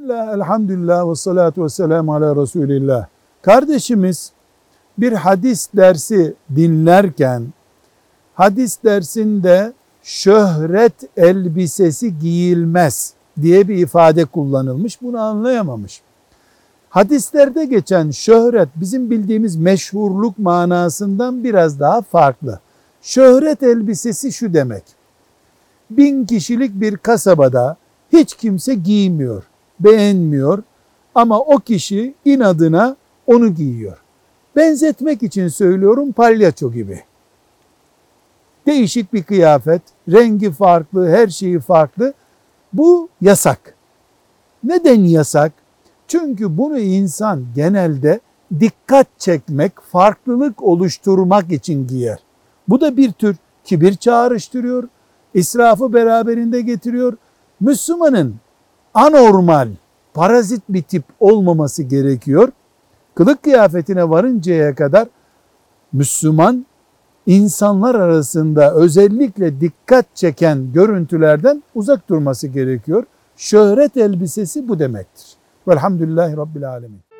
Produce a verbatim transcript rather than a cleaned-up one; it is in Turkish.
Bismillah, elhamdülillah ve salatu ve selamu ala Resulillah. Kardeşimiz bir hadis dersi dinlerken, hadis dersinde şöhret elbisesi giyilmez diye bir ifade kullanılmış. Bunu anlayamamış. Hadislerde geçen şöhret bizim bildiğimiz meşhurluk manasından biraz daha farklı. Şöhret elbisesi şu demek: bin kişilik bir kasabada hiç kimse giymiyor, beğenmiyor ama o kişi inadına onu giyiyor. Benzetmek için söylüyorum, palyaço gibi. Değişik bir kıyafet, rengi farklı, her şeyi farklı. Bu yasak. Neden yasak? Çünkü bunu insan genelde dikkat çekmek, farklılık oluşturmak için giyer. Bu da bir tür kibir çağrıştırıyor, israfı beraberinde getiriyor. Müslümanın anormal, parazit bir tip olmaması gerekiyor. Kılık kıyafetine varıncaya kadar Müslüman, insanlar arasında özellikle dikkat çeken görüntülerden uzak durması gerekiyor. Şöhret elbisesi bu demektir. Velhamdülillahi Rabbil Alemin.